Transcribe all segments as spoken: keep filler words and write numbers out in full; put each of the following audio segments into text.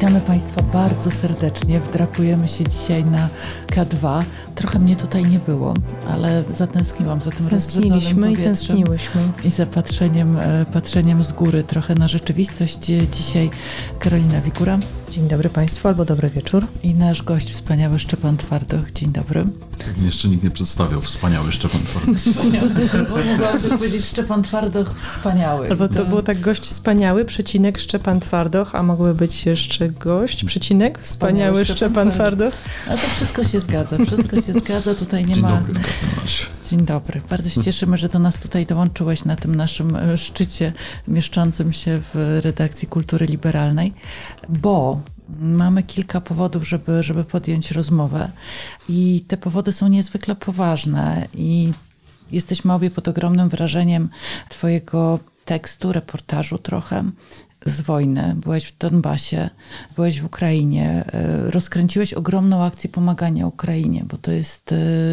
Witamy Państwa bardzo serdecznie. Wdrapujemy się dzisiaj na K dwa. Trochę mnie tutaj nie było, ale zatęskniłam za tym rozrzedzonym powietrzem i tęskniłyśmy. I za patrzeniem, patrzeniem z góry trochę na rzeczywistość. Dzisiaj Karolina Wigura. Dzień dobry Państwu, albo dobry wieczór. I nasz gość wspaniały Szczepan Twardoch. Dzień dobry. Tak mnie jeszcze nikt nie przedstawiał. Wspaniały Szczepan Twardoch. Wspaniały. Bo mogłam też powiedzieć Szczepan Twardoch wspaniały. Albo to to... było tak gość wspaniały, przecinek Szczepan Twardoch, a mogły być jeszcze gość, przecinek wspaniały Szczepan, Szczepan Twardoch. No to wszystko się zgadza, wszystko się zgadza. Tutaj nie Dzień ma... dobry w każdym razie. Dzień dobry. Bardzo się cieszymy, że do nas tutaj dołączyłeś na tym naszym szczycie mieszczącym się w redakcji Kultury Liberalnej, bo mamy kilka powodów, żeby, żeby podjąć rozmowę i te powody są niezwykle poważne i jesteśmy obie pod ogromnym wrażeniem twojego tekstu, reportażu trochę z wojny. Byłeś w Donbasie, byłeś w Ukrainie, rozkręciłeś ogromną akcję pomagania Ukrainie, bo to jest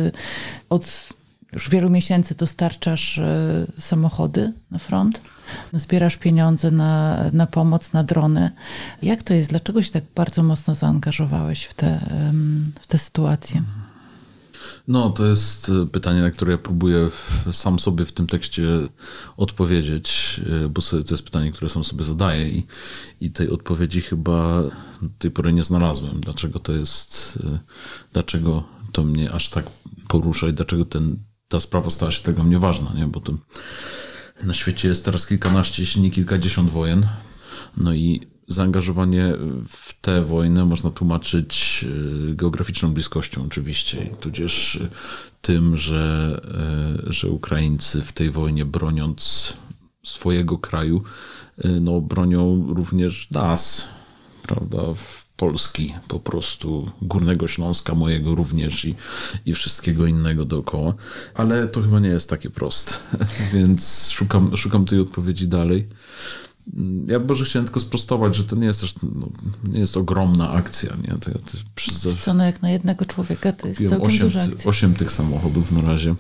od już wielu miesięcy dostarczasz samochody na front. Zbierasz pieniądze na, na pomoc, na drony. Jak to jest? Dlaczego się tak bardzo mocno zaangażowałeś w tę w te sytuację? No, to jest pytanie, na które ja próbuję sam sobie w tym tekście odpowiedzieć, bo to jest pytanie, które sam sobie zadaję i, i tej odpowiedzi chyba do tej pory nie znalazłem. Dlaczego to jest, dlaczego to mnie aż tak porusza i dlaczego ten, ta sprawa stała się tak dla mnie ważna, nie? Bo to na świecie jest teraz kilkanaście, jeśli nie kilkadziesiąt wojen. No i zaangażowanie w tę wojnę można tłumaczyć geograficzną bliskością oczywiście, tudzież tym, że, że Ukraińcy w tej wojnie, broniąc swojego kraju, no bronią również nas, prawda, Polski, po prostu Górnego Śląska mojego również i, i wszystkiego innego dookoła. Ale to chyba nie jest takie proste, więc szukam, szukam tej odpowiedzi dalej. Ja może chciałem tylko sprostować, że to nie jest też, no, nie jest ogromna akcja. Nie? To ja to przez... Co, no jak na jednego człowieka to jest całkiem osiem, duża akcja. Osiem tych samochodów na razie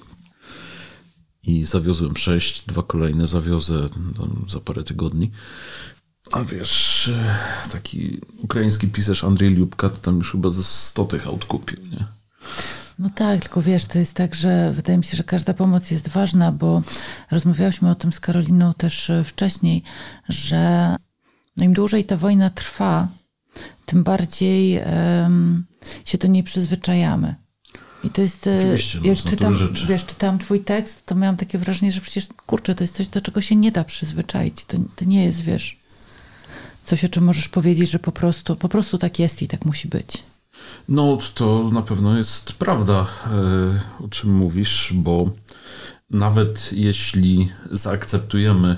i zawiozłem sześć, dwa kolejne zawiozę no, za parę tygodni. A wiesz, taki ukraiński pisarz Andrzej Liubka to tam już chyba ze sto tych aut kupił, nie? No tak, tylko wiesz, to jest tak, że wydaje mi się, że każda pomoc jest ważna, bo rozmawiałyśmy o tym z Karoliną też wcześniej, że no im dłużej ta wojna trwa, tym bardziej um, się do niej przyzwyczajamy. I to jest, Oczywiście, no, jak czytam, rzeczy. wiesz, czytałam twój tekst, to miałam takie wrażenie, że przecież, kurczę, to jest coś, do czego się nie da przyzwyczaić. To, to nie jest, wiesz, coś, o czym możesz powiedzieć, że po prostu, po prostu tak jest i tak musi być. No to na pewno jest prawda, o czym mówisz, bo nawet jeśli zaakceptujemy,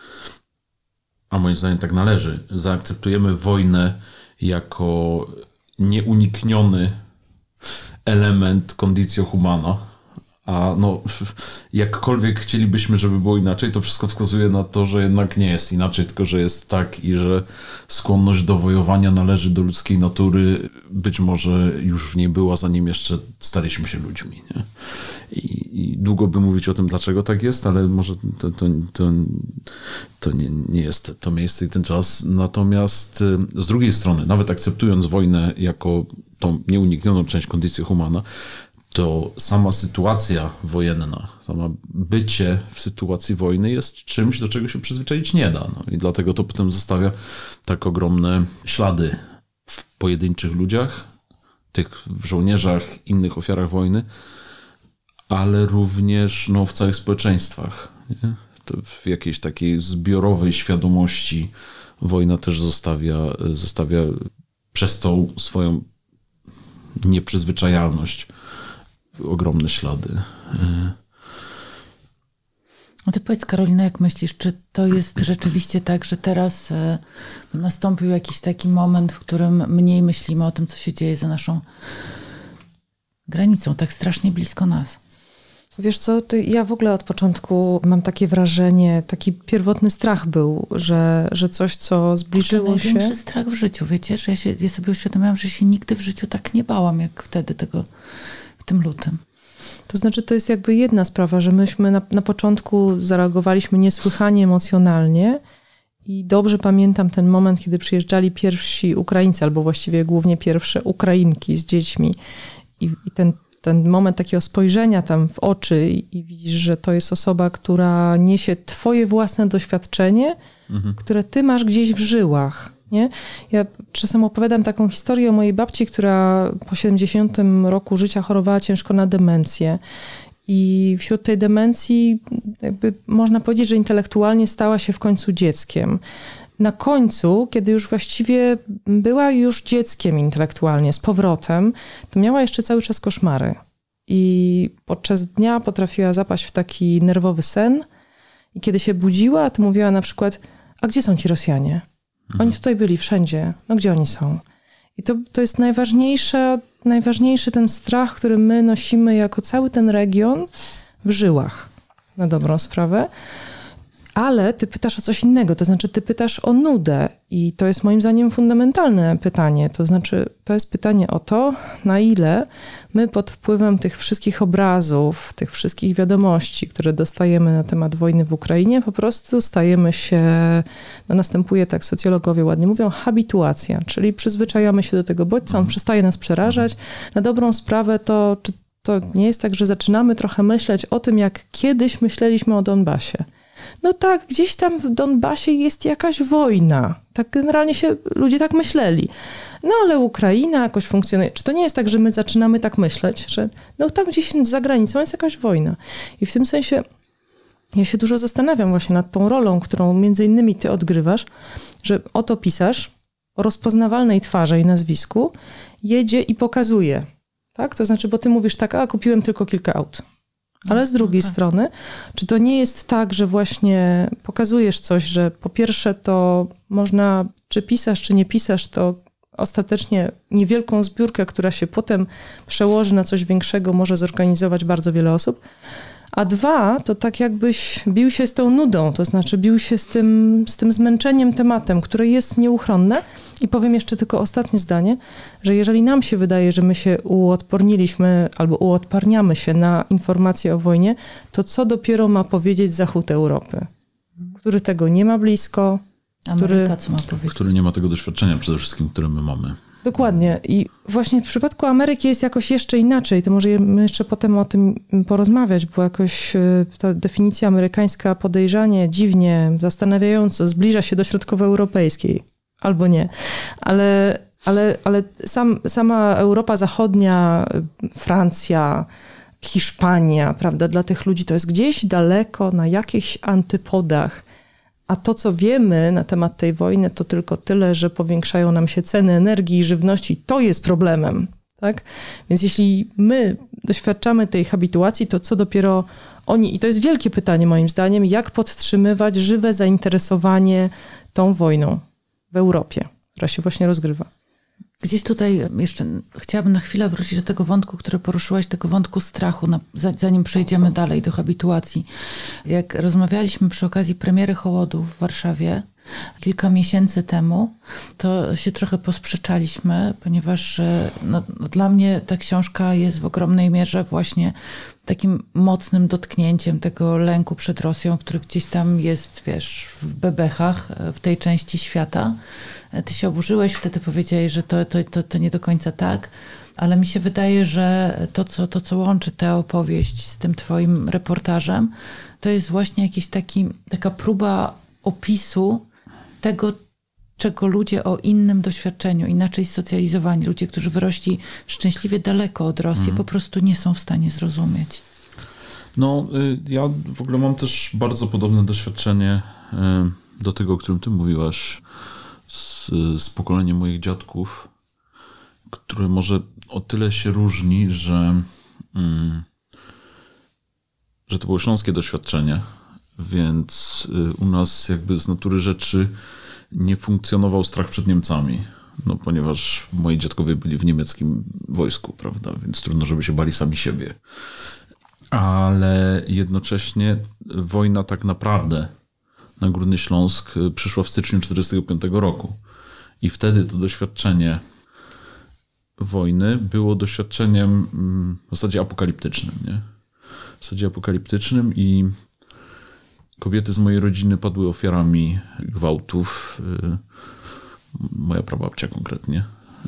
a moim zdaniem tak należy, zaakceptujemy wojnę jako nieunikniony element condicio humana, a no jakkolwiek chcielibyśmy, żeby było inaczej, to wszystko wskazuje na to, że jednak nie jest inaczej, tylko że jest tak i że skłonność do wojowania należy do ludzkiej natury, być może już w niej była, zanim jeszcze staliśmy się ludźmi. Nie? I, i długo by mówić o tym, dlaczego tak jest, ale może to, to, to, to nie, nie jest to miejsce i ten czas. Natomiast z drugiej strony, nawet akceptując wojnę jako tą nieuniknioną część condicio humana, to sama sytuacja wojenna, sama bycie w sytuacji wojny jest czymś, do czego się przyzwyczaić nie da. No i dlatego to potem zostawia tak ogromne ślady w pojedynczych ludziach, tych żołnierzach, innych ofiarach wojny, ale również no, w całych społeczeństwach. Nie? To w jakiejś takiej zbiorowej świadomości wojna też zostawia, zostawia przez tą swoją nieprzyzwyczajalność ogromne ślady. No ty powiedz, Karolina, jak myślisz, czy to jest rzeczywiście tak, że teraz nastąpił jakiś taki moment, w którym mniej myślimy o tym, co się dzieje za naszą granicą, tak strasznie blisko nas? Wiesz co, to ja w ogóle od początku mam takie wrażenie, taki pierwotny strach był, że, że coś, co zbliżyło Kurczę, się... największy strach w życiu, wiecie, że ja, się, ja sobie uświadomiłam, że się nigdy w życiu tak nie bałam, jak wtedy tego, w tym lutym. To znaczy, to jest jakby jedna sprawa, że myśmy na, na początku zareagowaliśmy niesłychanie emocjonalnie i dobrze pamiętam ten moment, kiedy przyjeżdżali pierwsi Ukraińcy, albo właściwie głównie pierwsze Ukrainki z dziećmi. I, i ten, ten moment takiego spojrzenia tam w oczy i, i widzisz, że to jest osoba, która niesie twoje własne doświadczenie, mhm. które ty masz gdzieś w żyłach. Nie? Ja czasem opowiadam taką historię o mojej babci, która po siedemdziesiątym roku życia chorowała ciężko na demencję. I wśród tej demencji jakby można powiedzieć, że intelektualnie stała się w końcu dzieckiem. Na końcu, kiedy już właściwie była już dzieckiem intelektualnie z powrotem, to miała jeszcze cały czas koszmary. I podczas dnia potrafiła zapaść w taki nerwowy sen. I kiedy się budziła, to mówiła na przykład, a gdzie są ci Rosjanie? Oni tutaj byli wszędzie. No gdzie oni są? I to, to jest najważniejsze, najważniejszy ten strach, który my nosimy jako cały ten region w żyłach, na dobrą sprawę. Ale ty pytasz o coś innego, to znaczy ty pytasz o nudę i to jest moim zdaniem fundamentalne pytanie. To znaczy to jest pytanie o to, na ile my pod wpływem tych wszystkich obrazów, tych wszystkich wiadomości, które dostajemy na temat wojny w Ukrainie, po prostu stajemy się, no następuje, tak socjologowie ładnie mówią, habituacja, czyli przyzwyczajamy się do tego bodźca, on przestaje nas przerażać. Na dobrą sprawę to, czy to nie jest tak, że zaczynamy trochę myśleć o tym, jak kiedyś myśleliśmy o Donbasie. No tak, gdzieś tam w Donbasie jest jakaś wojna. Tak generalnie się ludzie tak myśleli. No ale Ukraina jakoś funkcjonuje. Czy to nie jest tak, że my zaczynamy tak myśleć, że no tam gdzieś za granicą jest jakaś wojna. I w tym sensie ja się dużo zastanawiam właśnie nad tą rolą, którą między innymi ty odgrywasz, że oto pisarz o rozpoznawalnej twarzy i nazwisku jedzie i pokazuje. Tak? To znaczy, bo ty mówisz tak, a kupiłem tylko kilka aut. Ale z drugiej okay. strony, czy to nie jest tak, że właśnie pokazujesz coś, że po pierwsze to można, czy pisasz, czy nie pisasz, to ostatecznie niewielką zbiórkę, która się potem przełoży na coś większego, może zorganizować bardzo wiele osób. A dwa, to tak jakbyś bił się z tą nudą, to znaczy bił się z tym, z tym zmęczeniem tematem, które jest nieuchronne. I powiem jeszcze tylko ostatnie zdanie, że jeżeli nam się wydaje, że my się uodporniliśmy albo uodparniamy się na informacje o wojnie, to co dopiero ma powiedzieć Zachód Europy, który tego nie ma blisko, Ameryka, który, co ma powiedzieć? który nie ma tego doświadczenia przede wszystkim, które my mamy. Dokładnie. I właśnie w przypadku Ameryki jest jakoś jeszcze inaczej. To może my jeszcze potem o tym porozmawiać, bo jakoś ta definicja amerykańska podejrzanie, dziwnie, zastanawiająco zbliża się do środkowoeuropejskiej. Albo nie. Ale, ale, ale sam, sama Europa Zachodnia, Francja, Hiszpania, prawda, dla tych ludzi to jest gdzieś daleko, na jakichś antypodach. A to, co wiemy na temat tej wojny, to tylko tyle, że powiększają nam się ceny energii i żywności. To jest problemem, tak? Więc jeśli my doświadczamy tej habituacji, to co dopiero oni... I to jest wielkie pytanie moim zdaniem, jak podtrzymywać żywe zainteresowanie tą wojną w Europie, która się właśnie rozgrywa. Gdzieś tutaj jeszcze chciałabym na chwilę wrócić do tego wątku, który poruszyłaś, tego wątku strachu, zanim przejdziemy dalej do habituacji. Jak rozmawialiśmy przy okazji premiery Hołodów w Warszawie kilka miesięcy temu, to się trochę posprzeczaliśmy, ponieważ no, dla mnie ta książka jest w ogromnej mierze właśnie takim mocnym dotknięciem tego lęku przed Rosją, który gdzieś tam jest, wiesz, w bebechach, w tej części świata. Ty się oburzyłeś, wtedy powiedziałeś, że to, to, to, to nie do końca tak, ale mi się wydaje, że to co, to, co łączy tę opowieść z tym twoim reportażem, to jest właśnie jakiś taki, taka próba opisu tego, czego ludzie o innym doświadczeniu, inaczej socjalizowani, ludzie, którzy wyrośli szczęśliwie daleko od Rosji, mm. po prostu nie są w stanie zrozumieć. No, ja w ogóle mam też bardzo podobne doświadczenie do tego, o którym ty mówiłaś, z, z pokoleniem moich dziadków, które może o tyle się różni, że, mm, że to było śląskie doświadczenie, więc u nas jakby z natury rzeczy nie funkcjonował strach przed Niemcami, no ponieważ moi dziadkowie byli w niemieckim wojsku, prawda, więc trudno, żeby się bali sami siebie. Ale jednocześnie wojna tak naprawdę na Górny Śląsk przyszła w styczniu tysiąc dziewięćset czterdziestego piątego roku. I wtedy to doświadczenie wojny było doświadczeniem w zasadzie apokaliptycznym, nie? W zasadzie apokaliptycznym i, kobiety z mojej rodziny padły ofiarami gwałtów. Moja prababcia konkretnie.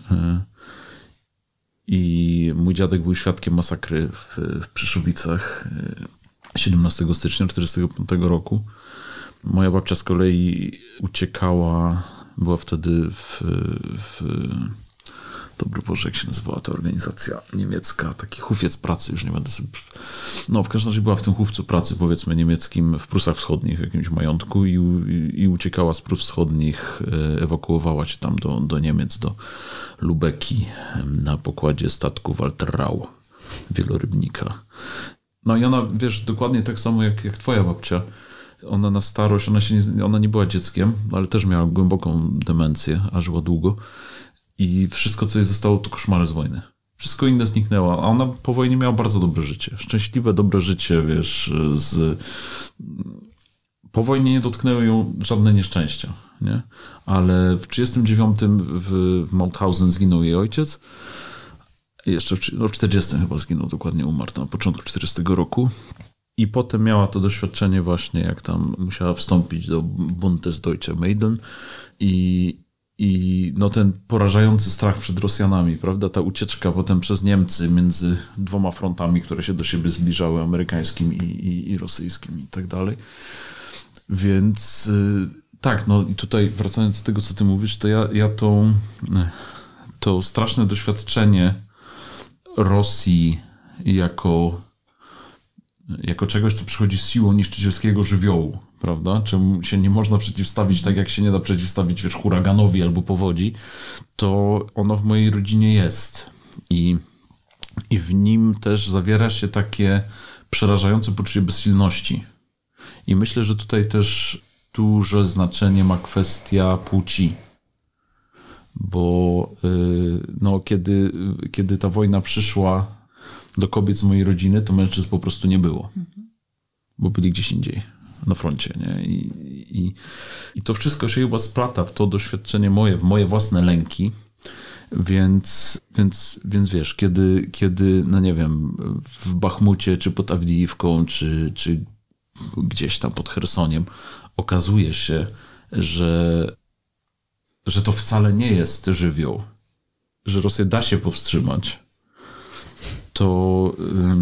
I mój dziadek był świadkiem masakry w, w Przyszowicach siedemnastego stycznia tysiąc dziewięćset czterdziestego piątego roku. Moja babcia z kolei uciekała, była wtedy w, w dobry Boże, jak się nazywała ta organizacja niemiecka, taki hufiec pracy, już nie będę sobie... No, w każdym razie była w tym hufcu pracy, powiedzmy, niemieckim w Prusach Wschodnich, w jakimś majątku i, i, i uciekała z Prus Wschodnich, ewakuowała się tam do, do Niemiec, do Lubeki na pokładzie statku Walter Rau, wielorybnika. No i ona, wiesz, dokładnie tak samo jak, jak twoja babcia, ona na starość, ona, się nie, ona nie była dzieckiem, ale też miała głęboką demencję, a żyła długo. I wszystko, co jej zostało, to koszmary z wojny. Wszystko inne zniknęło, a ona po wojnie miała bardzo dobre życie. Szczęśliwe, dobre życie, wiesz, z... Po wojnie nie dotknęły ją żadne nieszczęścia, nie? Ale w trzydziestym dziewiątym w, w Mauthausen zginął jej ojciec. Jeszcze w no, czterdziestym chyba zginął, dokładnie umarł na początku czterdziestego roku. I potem miała to doświadczenie właśnie, jak tam musiała wstąpić do Bundesdeutsche Maiden i I no ten porażający strach przed Rosjanami, prawda? Ta ucieczka potem przez Niemcy między dwoma frontami, które się do siebie zbliżały, amerykańskim i, i, i rosyjskim i tak dalej. Więc tak, no i tutaj wracając do tego, co ty mówisz, to ja, ja to, to straszne doświadczenie Rosji jako, jako czegoś, co przychodzi z siłą niszczycielskiego żywiołu, prawda? Czemu się nie można przeciwstawić, tak jak się nie da przeciwstawić, wiesz, huraganowi albo powodzi, to ono w mojej rodzinie jest. I, i w nim też zawiera się takie przerażające poczucie bezsilności. I myślę, że tutaj też duże znaczenie ma kwestia płci. Bo yy, no, kiedy, kiedy ta wojna przyszła do kobiet z mojej rodziny, to mężczyzn po prostu nie było. Bo byli gdzieś indziej. Na froncie, nie? I, i, I to wszystko się chyba splata w to doświadczenie moje, w moje własne lęki, więc, więc, więc wiesz, kiedy, kiedy, no nie wiem, w Bachmucie, czy pod Awdijiwką, czy, czy gdzieś tam pod Chersoniem okazuje się, że, że to wcale nie jest żywioł, że Rosję da się powstrzymać, to,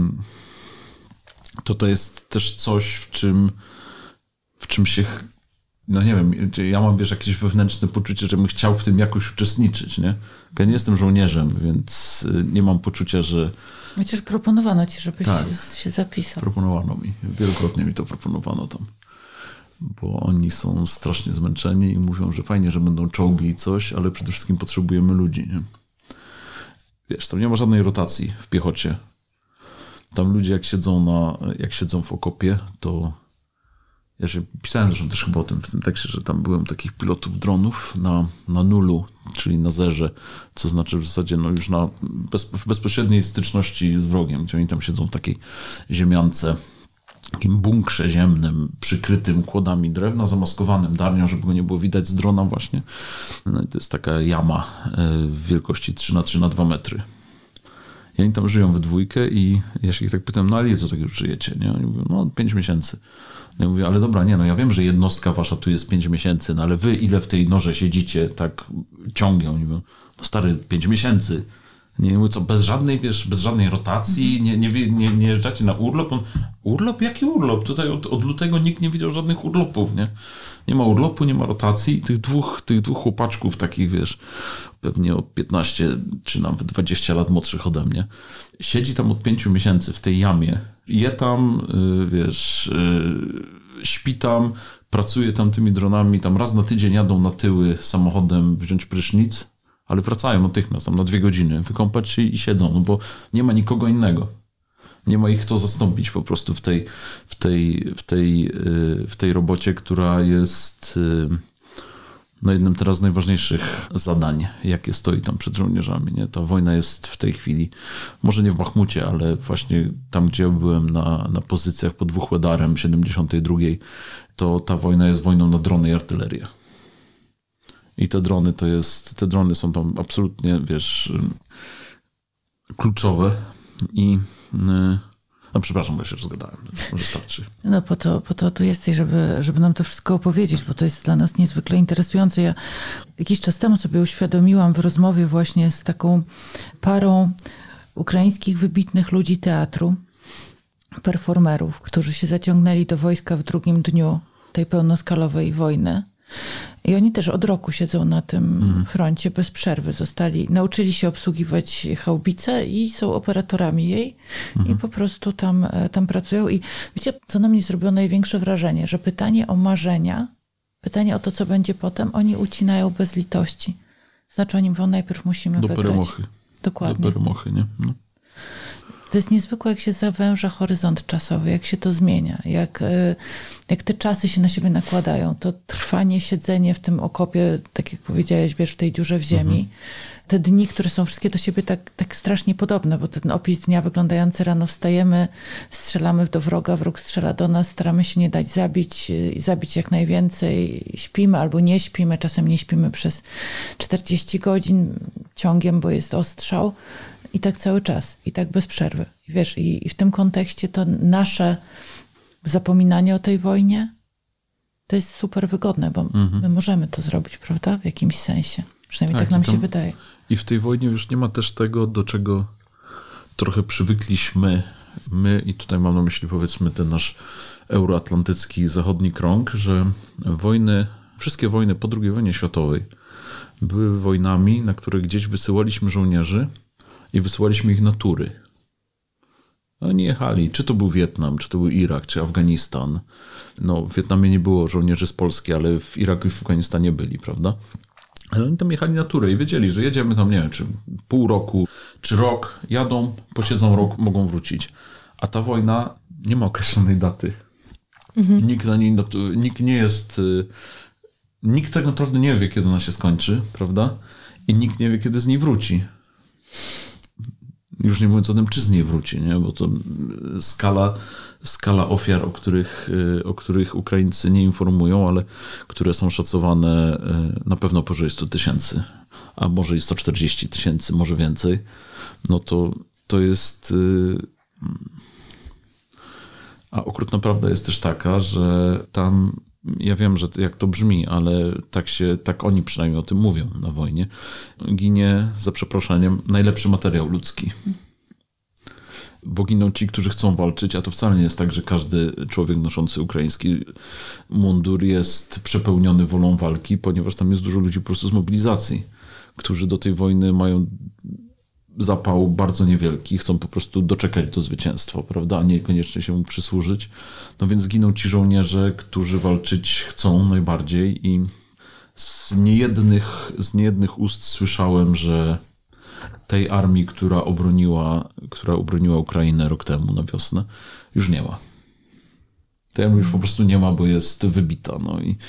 to to jest też coś, w czym w czym się, no nie wiem, ja mam, wiesz, jakieś wewnętrzne poczucie, że bym chciał w tym jakoś uczestniczyć, nie? Ja nie jestem żołnierzem, więc nie mam poczucia, że... Chociaż proponowano ci, żebyś tak, się zapisał. Proponowano mi, wielokrotnie mi to proponowano tam, bo oni są strasznie zmęczeni i mówią, że fajnie, że będą czołgi i coś, ale przede wszystkim potrzebujemy ludzi, nie? Wiesz, tam nie ma żadnej rotacji w piechocie. Tam ludzie jak siedzą na, jak siedzą w okopie, to ja się pisałem zresztą też chyba o tym w tym tekście, że tam byłem takich pilotów dronów na, na nulu, czyli na zerze, co znaczy w zasadzie no już na bez, w bezpośredniej styczności z wrogiem, gdzie oni tam siedzą w takiej ziemiance, takim bunkrze ziemnym, przykrytym kłodami drewna, zamaskowanym darnią, żeby go nie było widać z drona właśnie. No i to jest taka jama w wielkości trzy na trzy na dwa metry. I oni tam żyją we dwójkę i ja się ich tak pytam, no ale ile to tak już żyjecie? Nie? Oni mówią, no pięć miesięcy. No ja mówię, ale dobra, nie, no ja wiem, że jednostka wasza tu jest pięć miesięcy, no ale wy ile w tej norze siedzicie tak ciągiem? Oni mówią, no stary, pięć miesięcy. Nie mówię, co, bez żadnej, wiesz, bez żadnej rotacji, nie, nie, nie, nie jeżdżacie na urlop? On, urlop? Jaki urlop? Tutaj od, od lutego nikt nie widział żadnych urlopów, nie? Nie ma urlopu, nie ma rotacji i tych dwóch, tych dwóch chłopaczków takich, wiesz, pewnie o piętnaście czy nawet dwadzieścia lat młodszych ode mnie, siedzi tam od pięciu miesięcy w tej jamie, je tam, wiesz, śpi tam, pracuje tam tymi dronami, tam raz na tydzień jadą na tyły samochodem wziąć prysznic, ale wracają natychmiast tam na dwie godziny, wykąpać się i siedzą, no bo nie ma nikogo innego. Nie ma ich kto zastąpić po prostu w tej, w tej, w tej, w tej robocie, która jest no jednym teraz z najważniejszych zadań, jakie stoi tam przed żołnierzami. Nie? Ta wojna jest w tej chwili, może nie w Bachmucie, ale właśnie tam, gdzie ja byłem na, na pozycjach pod Wuchledarem siedemdziesiątej drugiej, to ta wojna jest wojną na drony i artylerię. I te drony to jest, te drony są tam absolutnie, wiesz, kluczowe i No przepraszam, bo ja się rozgadałem. Może starczy. No po to, po to tu jesteś, żeby, żeby nam to wszystko opowiedzieć, bo to jest dla nas niezwykle interesujące. Ja jakiś czas temu sobie uświadomiłam w rozmowie właśnie z taką parą ukraińskich wybitnych ludzi teatru, performerów, którzy się zaciągnęli do wojska w drugim dniu tej pełnoskalowej wojny. I oni też od roku siedzą na tym mm. froncie bez przerwy. Zostali, nauczyli się obsługiwać haubicę i są operatorami jej mm. i po prostu tam, tam pracują. I wiecie, co na mnie zrobiło największe wrażenie, że pytanie o marzenia, pytanie o to, co będzie potem, oni ucinają bez litości. Znaczy oni mówią, najpierw musimy Do wygrać. peremochy. Dokładnie. Do peremochy, nie? No. To jest niezwykłe, jak się zawęża horyzont czasowy, jak się to zmienia, jak, jak te czasy się na siebie nakładają. To trwanie, siedzenie w tym okopie, tak jak powiedziałeś, wiesz, w tej dziurze w ziemi. Mhm. Te dni, które są wszystkie do siebie tak, tak strasznie podobne, bo ten opis dnia wyglądający rano wstajemy, strzelamy do wroga, wróg strzela do nas, staramy się nie dać zabić i zabić jak najwięcej. Śpimy albo nie śpimy, czasem nie śpimy przez czterdzieści godzin ciągiem, bo jest ostrzał. I tak cały czas, i tak bez przerwy. I wiesz, i, i w tym kontekście to nasze zapominanie o tej wojnie to jest super wygodne, bo mhm. my możemy to zrobić, prawda? W jakimś sensie. Przynajmniej tak, tak nam tam, się wydaje. I w tej wojnie już nie ma też tego, do czego trochę przywykliśmy my, i tutaj mam na myśli powiedzmy ten nasz euroatlantycki zachodni krąg, że wojny, wszystkie wojny po drugiej wojnie światowej były wojnami, na które gdzieś wysyłaliśmy żołnierzy i wysyłaliśmy ich na tury. Oni jechali, czy to był Wietnam, czy to był Irak, czy Afganistan. No w Wietnamie nie było żołnierzy z Polski, ale w Iraku i w Afganistanie byli, prawda? Ale oni tam jechali na turę i wiedzieli, że jedziemy tam, nie wiem, czy pół roku, czy rok, jadą, posiedzą rok, mogą wrócić. A ta wojna nie ma określonej daty. Mhm. Nikt na niej, nikt nie jest, nikt tak naprawdę nie wie, kiedy ona się skończy, prawda? I nikt nie wie, kiedy z niej wróci. Już nie mówiąc o tym, czy z niej wróci, nie? Bo to skala, skala ofiar, o których, o których Ukraińcy nie informują, ale które są szacowane na pewno powyżej sto tysięcy, a może i sto czterdzieści tysięcy, może więcej, no to, to jest... A okrutna prawda jest też taka, że tam, ja wiem, że jak to brzmi, ale tak się, tak oni przynajmniej o tym mówią na wojnie, ginie, za przeproszeniem, najlepszy materiał ludzki. Bo giną ci, którzy chcą walczyć, a to wcale nie jest tak, że każdy człowiek noszący ukraiński mundur jest przepełniony wolą walki, ponieważ tam jest dużo ludzi po prostu z mobilizacji, którzy do tej wojny mają zapał bardzo niewielki, chcą po prostu doczekać do zwycięstwa, prawda, a niekoniecznie się mu przysłużyć. No więc giną ci żołnierze, którzy walczyć chcą najbardziej i z niejednych, z niejednych ust słyszałem, że tej armii, która obroniła, która obroniła Ukrainę rok temu na wiosnę, już nie ma. Tej armii już po prostu nie ma, bo jest wybita. No i...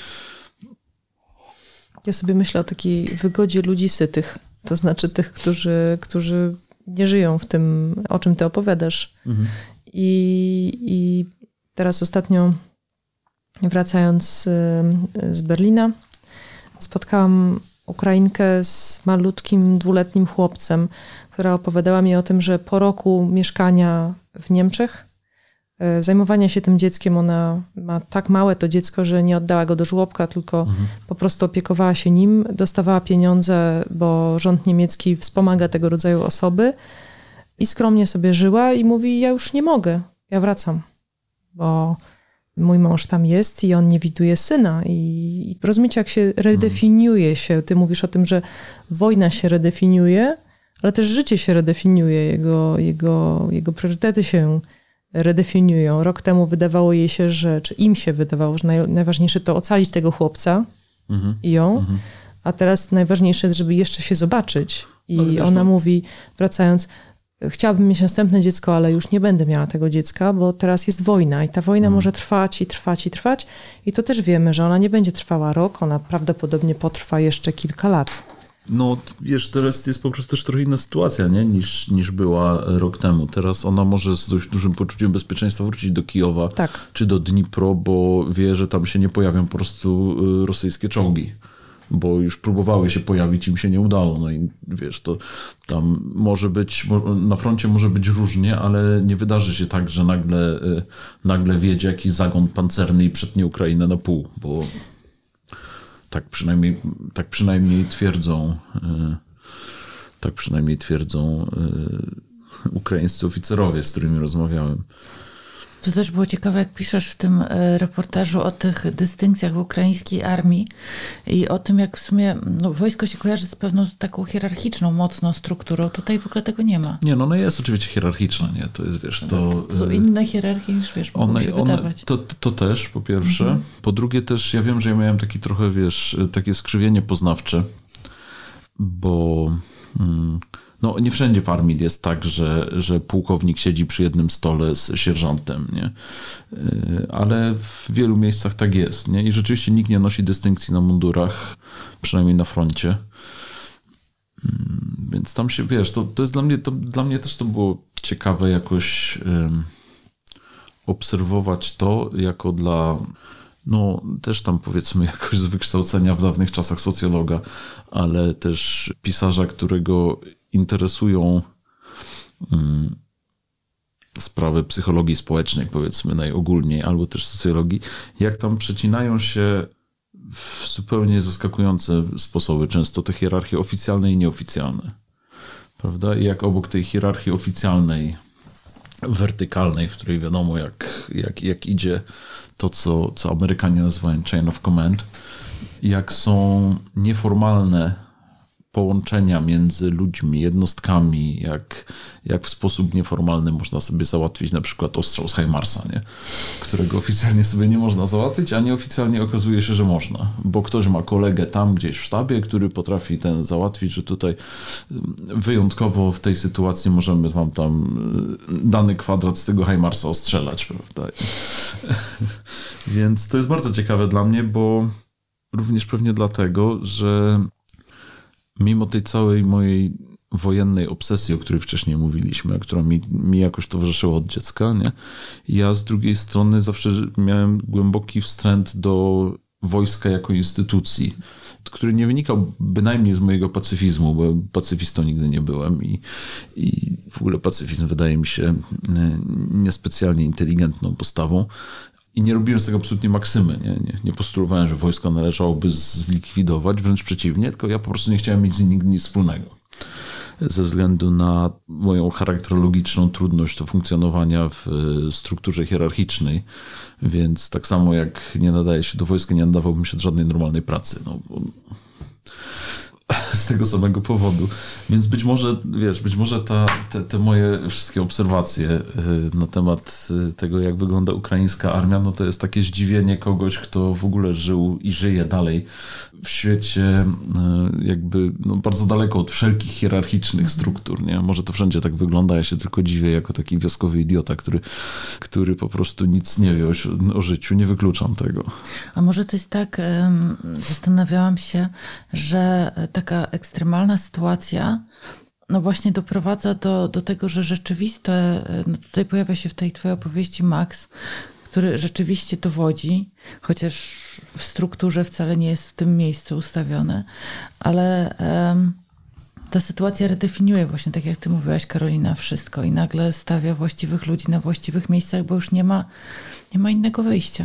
Ja sobie myślę o takiej wygodzie ludzi sytych. To znaczy tych, którzy, którzy nie żyją w tym, o czym ty opowiadasz. Mhm. I, I teraz ostatnio, wracając z, z Berlina, spotkałam Ukrainkę z malutkim, dwuletnim chłopcem, która opowiadała mi o tym, że po roku mieszkania w Niemczech, zajmowania się tym dzieckiem, ona ma tak małe to dziecko, że nie oddała go do żłobka, tylko mhm. po prostu opiekowała się nim, dostawała pieniądze, bo rząd niemiecki wspomaga tego rodzaju osoby i skromnie sobie żyła i mówi, ja już nie mogę, ja wracam, bo mój mąż tam jest i on nie widuje syna. I, i rozumiecie, jak się redefiniuje się, ty mówisz o tym, że wojna się redefiniuje, ale też życie się redefiniuje, jego, jego, jego priorytety się redefiniują. Rok temu wydawało jej się, że, czy im się wydawało, że naj, najważniejsze to ocalić tego chłopca mhm. i ją, mhm. a teraz najważniejsze jest, żeby jeszcze się zobaczyć. I ona to... mówi, wracając, chciałabym mieć następne dziecko, ale już nie będę miała tego dziecka, bo teraz jest wojna i ta wojna mhm. może trwać i trwać i trwać i to też wiemy, że ona nie będzie trwała rok, ona prawdopodobnie potrwa jeszcze kilka lat. No, wiesz, teraz jest po prostu też trochę inna sytuacja, nie? Niż, niż była rok temu. Teraz ona może z dość dużym poczuciem bezpieczeństwa wrócić do Kijowa tak. czy do Dnipro, bo wie, że tam się nie pojawią po prostu rosyjskie czołgi. bo już próbowały się pojawić, im się nie udało. No i wiesz, to tam może być, na froncie może być różnie, ale nie wydarzy się tak, że nagle, nagle wjedzie jakiś zagon pancerny i przetnie Ukrainę na pół, bo tak przynajmniej, tak przynajmniej twierdzą, tak przynajmniej twierdzą ukraińscy oficerowie, z którymi rozmawiałem. To też było ciekawe, jak piszesz w tym reportażu o tych dystynkcjach w ukraińskiej armii i o tym, jak w sumie no, wojsko się kojarzy z pewną taką hierarchiczną, mocną strukturą. Tutaj w ogóle tego nie ma. Nie, no, no jest oczywiście hierarchiczna, nie? To jest, wiesz, to... Są inne hierarchie niż, wiesz, mogą one, się one, wydawać. To, to też, po pierwsze. Mhm. Po drugie też, ja wiem, że ja miałem taki trochę, wiesz, takie skrzywienie poznawcze, bo... Hmm, no nie wszędzie w armii jest tak, że, że pułkownik siedzi przy jednym stole z sierżantem, nie? Ale w wielu miejscach tak jest, nie? I rzeczywiście nikt nie nosi dystynkcji na mundurach, przynajmniej na froncie. Więc tam się, wiesz, to, to jest dla mnie, to, dla mnie też to było ciekawe jakoś um, obserwować to jako dla... No też tam powiedzmy jakoś z wykształcenia w dawnych czasach socjologa, ale też pisarza, którego interesują um, sprawy psychologii społecznej, powiedzmy najogólniej, albo też socjologii, jak tam przecinają się w zupełnie zaskakujące sposoby często te hierarchie oficjalne i nieoficjalne. Prawda? I jak obok tej hierarchii oficjalnej, wertykalnej, w której wiadomo jak, jak, jak idzie to, co, co Amerykanie nazywają chain of command, jak są nieformalne połączenia między ludźmi, jednostkami, jak, jak w sposób nieformalny można sobie załatwić na przykład ostrzał z Himarsa, nie? Którego oficjalnie sobie nie można załatwić, a nieoficjalnie okazuje się, że można, bo ktoś ma kolegę tam gdzieś w sztabie, który potrafi ten załatwić, że tutaj wyjątkowo w tej sytuacji możemy wam tam dany kwadrat z tego Himarsa ostrzelać, prawda? Więc to jest bardzo ciekawe dla mnie, bo również pewnie dlatego, że mimo tej całej mojej wojennej obsesji, o której wcześniej mówiliśmy, która mi, mi jakoś towarzyszyła od dziecka, nie? Ja z drugiej strony zawsze miałem głęboki wstręt do wojska jako instytucji, który nie wynikał bynajmniej z mojego pacyfizmu, bo pacyfistą nigdy nie byłem i, i w ogóle pacyfizm wydaje mi się niespecjalnie inteligentną postawą. I nie robiłem z tego absolutnie maksymy. Nie, nie, nie postulowałem, że wojsko należałoby zlikwidować, wręcz przeciwnie, tylko ja po prostu nie chciałem mieć z nim nigdy nic wspólnego. Ze względu na moją charakterologiczną trudność do funkcjonowania w strukturze hierarchicznej, więc tak samo jak nie nadaje się do wojska, nie nadawałbym się do żadnej normalnej pracy. No, bo z tego samego powodu. Więc być może, wiesz, być może ta, te, te moje wszystkie obserwacje na temat tego, jak wygląda ukraińska armia, no to jest takie zdziwienie kogoś, kto w ogóle żył i żyje dalej w świecie jakby no, bardzo daleko od wszelkich hierarchicznych struktur, nie? Może to wszędzie tak wygląda, ja się tylko dziwię jako taki wioskowy idiota, który, który po prostu nic nie wie o, o życiu, nie wykluczam tego. A może to jest tak, zastanawiałam się, że taka ekstremalna sytuacja no właśnie doprowadza do, do tego, że rzeczywiste, no tutaj pojawia się w tej twojej opowieści Max, który rzeczywiście dowodzi, chociaż w strukturze wcale nie jest w tym miejscu ustawiony, ale um, ta sytuacja redefiniuje właśnie, tak jak ty mówiłaś, Karolina, wszystko i nagle stawia właściwych ludzi na właściwych miejscach, bo już nie ma, nie ma innego wyjścia.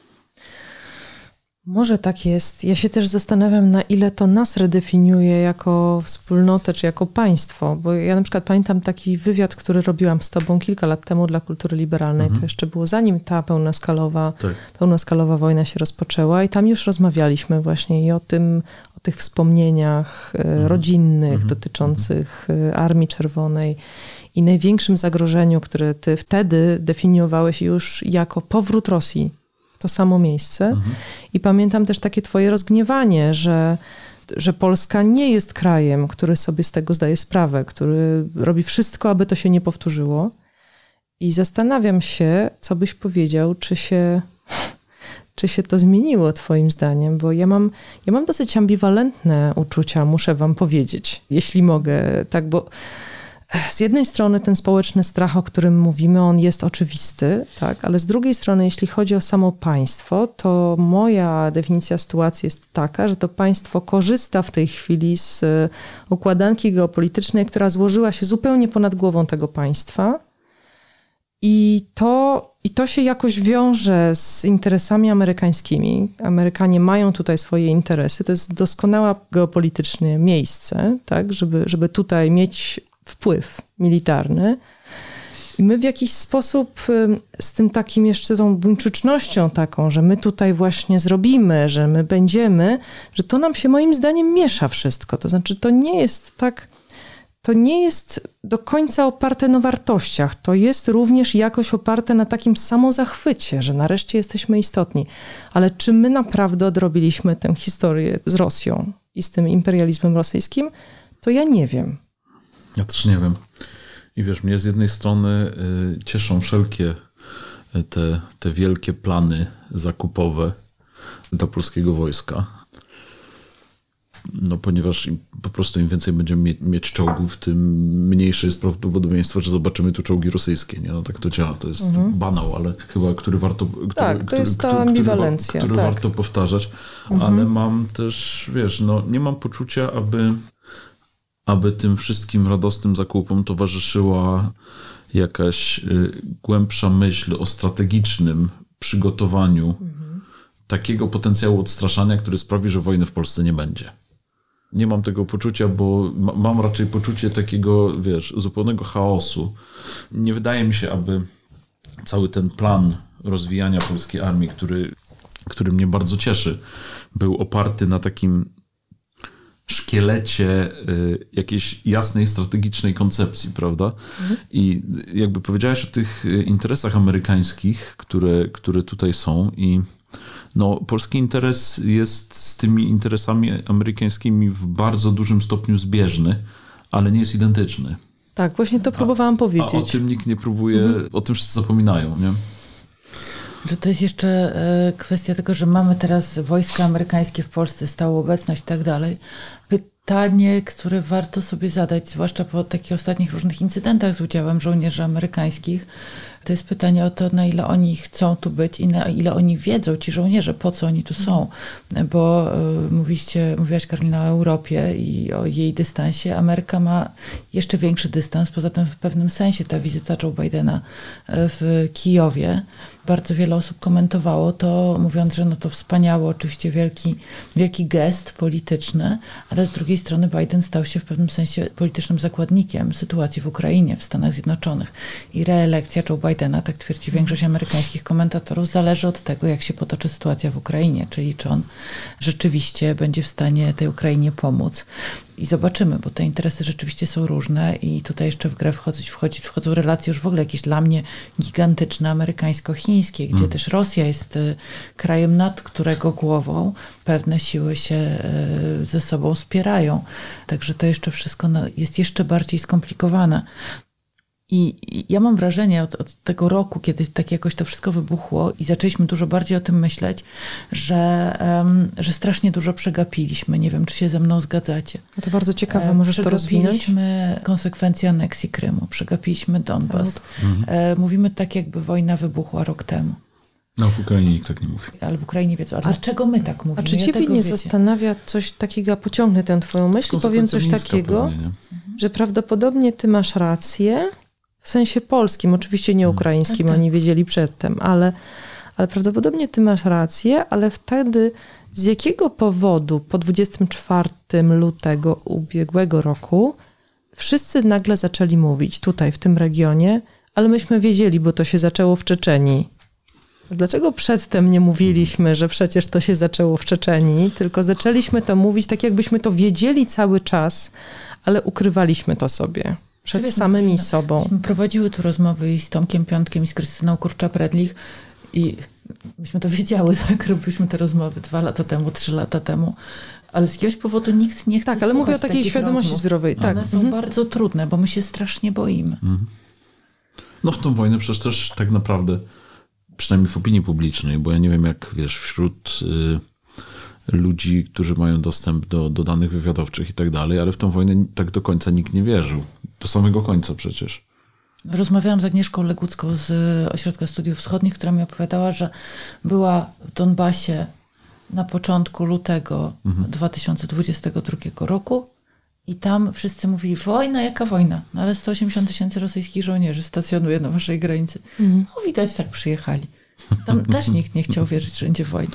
Może tak jest. Ja się też zastanawiam, na ile to nas redefiniuje jako wspólnotę, czy jako państwo. Bo ja na przykład pamiętam taki wywiad, który robiłam z tobą kilka lat temu dla Kultury Liberalnej. Mhm. To jeszcze było zanim ta pełnoskalowa, tak. pełnoskalowa wojna się rozpoczęła i tam już rozmawialiśmy właśnie i o tym, o tych wspomnieniach mhm. rodzinnych mhm. dotyczących mhm. Armii Czerwonej i największym zagrożeniu, które ty wtedy definiowałeś już jako powrót Rosji. To samo miejsce. Mhm. I pamiętam też takie twoje rozgniewanie, że, że Polska nie jest krajem, który sobie z tego zdaje sprawę, który robi wszystko, aby to się nie powtórzyło. I zastanawiam się, co byś powiedział, czy się, czy się to zmieniło twoim zdaniem, bo ja mam, ja mam dosyć ambiwalentne uczucia, muszę wam powiedzieć, jeśli mogę, tak, bo z jednej strony ten społeczny strach, o którym mówimy, on jest oczywisty, tak, ale z drugiej strony, jeśli chodzi o samo państwo, to moja definicja sytuacji jest taka, że to państwo korzysta w tej chwili z układanki geopolitycznej, która złożyła się zupełnie ponad głową tego państwa i to, i to się jakoś wiąże z interesami amerykańskimi. Amerykanie mają tutaj swoje interesy, to jest doskonałe geopolityczne miejsce, tak, żeby, żeby tutaj mieć wpływ militarny. I my w jakiś sposób z tym takim jeszcze tą buńczucznością taką, że my tutaj właśnie zrobimy, że my będziemy, że to nam się moim zdaniem miesza wszystko. To znaczy to nie jest tak, to nie jest do końca oparte na wartościach. To jest również jakoś oparte na takim samozachwycie, że nareszcie jesteśmy istotni. Ale czy my naprawdę odrobiliśmy tę historię z Rosją i z tym imperializmem rosyjskim? To ja nie wiem. Ja też nie wiem. I wiesz, mnie z jednej strony y, cieszą wszelkie te, te wielkie plany zakupowe dla polskiego wojska. No ponieważ im, po prostu im więcej będziemy mieć, mieć czołgów, tym mniejsze jest prawdopodobieństwo, że zobaczymy tu czołgi rosyjskie. Nie? No tak to działa. To jest mhm. banał, ale chyba, który warto... Który, tak, to który, jest ta który, ambiwalencja. Który, który tak. warto powtarzać. Mhm. Ale mam też, wiesz, no nie mam poczucia, aby... aby tym wszystkim radosnym zakupom towarzyszyła jakaś głębsza myśl o strategicznym przygotowaniu mhm. takiego potencjału odstraszania, który sprawi, że wojny w Polsce nie będzie. Nie mam tego poczucia, bo mam raczej poczucie takiego, wiesz, zupełnego chaosu. Nie wydaje mi się, aby cały ten plan rozwijania polskiej armii, który, który mnie bardzo cieszy, był oparty na takim szkielecie jakiejś jasnej, strategicznej koncepcji, prawda? Mhm. I jakby powiedziałeś o tych interesach amerykańskich, które, które tutaj są i no, polski interes jest z tymi interesami amerykańskimi w bardzo dużym stopniu zbieżny, ale nie jest identyczny. Tak, właśnie to próbowałam a, powiedzieć. A o tym nikt nie próbuje, mhm. o tym wszyscy zapominają, nie? Że to jest jeszcze kwestia tego, że mamy teraz wojska amerykańskie w Polsce, stałą obecność i tak dalej. Pytanie, które warto sobie zadać, zwłaszcza po takich ostatnich różnych incydentach z udziałem żołnierzy amerykańskich, to jest pytanie o to, na ile oni chcą tu być i na ile oni wiedzą, ci żołnierze, po co oni tu są. Bo y, mówiliście, mówiłaś Karolina o Europie i o jej dystansie. Ameryka ma jeszcze większy dystans, poza tym w pewnym sensie ta wizyta Joe Bidena w Kijowie. Bardzo wiele osób komentowało to, mówiąc, że no to wspaniały, oczywiście wielki, wielki gest polityczny, ale z drugiej strony Biden stał się w pewnym sensie politycznym zakładnikiem sytuacji w Ukrainie, w Stanach Zjednoczonych. I reelekcja Joe Bidena, tak twierdzi większość amerykańskich komentatorów, zależy od tego, jak się potoczy sytuacja w Ukrainie, czyli czy on rzeczywiście będzie w stanie tej Ukrainie pomóc. I zobaczymy, bo te interesy rzeczywiście są różne i tutaj jeszcze w grę wchodzić, wchodzić, wchodzą relacje już w ogóle jakieś dla mnie gigantyczne, amerykańsko-chińskie, gdzie mhm. też Rosja jest krajem, nad którego głową pewne siły się ze sobą spierają. Także to jeszcze wszystko jest jeszcze bardziej skomplikowane. I ja mam wrażenie od, od tego roku, kiedy tak jakoś to wszystko wybuchło i zaczęliśmy dużo bardziej o tym myśleć, że, um, że strasznie dużo przegapiliśmy. Nie wiem, czy się ze mną zgadzacie. No to bardzo ciekawe, możesz to rozwinąć? Przegapiliśmy konsekwencje aneksji Krymu, przegapiliśmy Donbas. Mhm. Mówimy tak, jakby wojna wybuchła rok temu. No w Ukrainie nikt tak nie mówi. Ale w Ukrainie wiedzą. A, a dlaczego my tak mówimy? A czy ciebie ja nie wiecie? zastanawia coś takiego, pociągnę tę twoją myśl i powiem coś takiego, pewnie, że prawdopodobnie ty masz rację, w sensie polskim, oczywiście nie ukraińskim, tak, tak. Oni wiedzieli przedtem, ale, ale prawdopodobnie ty masz rację, ale wtedy z jakiego powodu po dwudziestego czwartego lutego ubiegłego roku wszyscy nagle zaczęli mówić tutaj, w tym regionie, ale myśmy wiedzieli, bo to się zaczęło w Czeczenii. Dlaczego przedtem nie mówiliśmy, że przecież to się zaczęło w Czeczenii, tylko zaczęliśmy to mówić tak, jakbyśmy to wiedzieli cały czas, ale ukrywaliśmy to sobie przed Wiesz, samymi no, sobą. Myśmy prowadziły tu rozmowy i z Tomkiem Piątkiem, i z Krystyną Kurcza-Predlich i myśmy to wiedziały, tak, robiliśmy te rozmowy dwa lata temu, trzy lata temu, ale z jakiegoś powodu nikt nie chce Tak, ale mówię o takiej świadomości rozmów. zbiorowej. Tak. One są mhm. bardzo trudne, bo my się strasznie boimy. Mhm. No w tą wojnę przecież też tak naprawdę, przynajmniej w opinii publicznej, bo ja nie wiem jak, wiesz, wśród ludzi, którzy mają dostęp do, do danych wywiadowczych i tak dalej, ale w tą wojnę tak do końca nikt nie wierzył. Do samego końca przecież. Rozmawiałam z Agnieszką Legucką z Ośrodka Studiów Wschodnich, która mi opowiadała, że była w Donbasie na początku lutego mhm. dwa tysiące dwudziestego drugiego roku i tam wszyscy mówili, wojna, jaka wojna? No ale sto osiemdziesiąt tysięcy rosyjskich żołnierzy stacjonuje na waszej granicy. Mhm. No widać, tak przyjechali. Tam też nikt nie chciał wierzyć, że będzie wojna.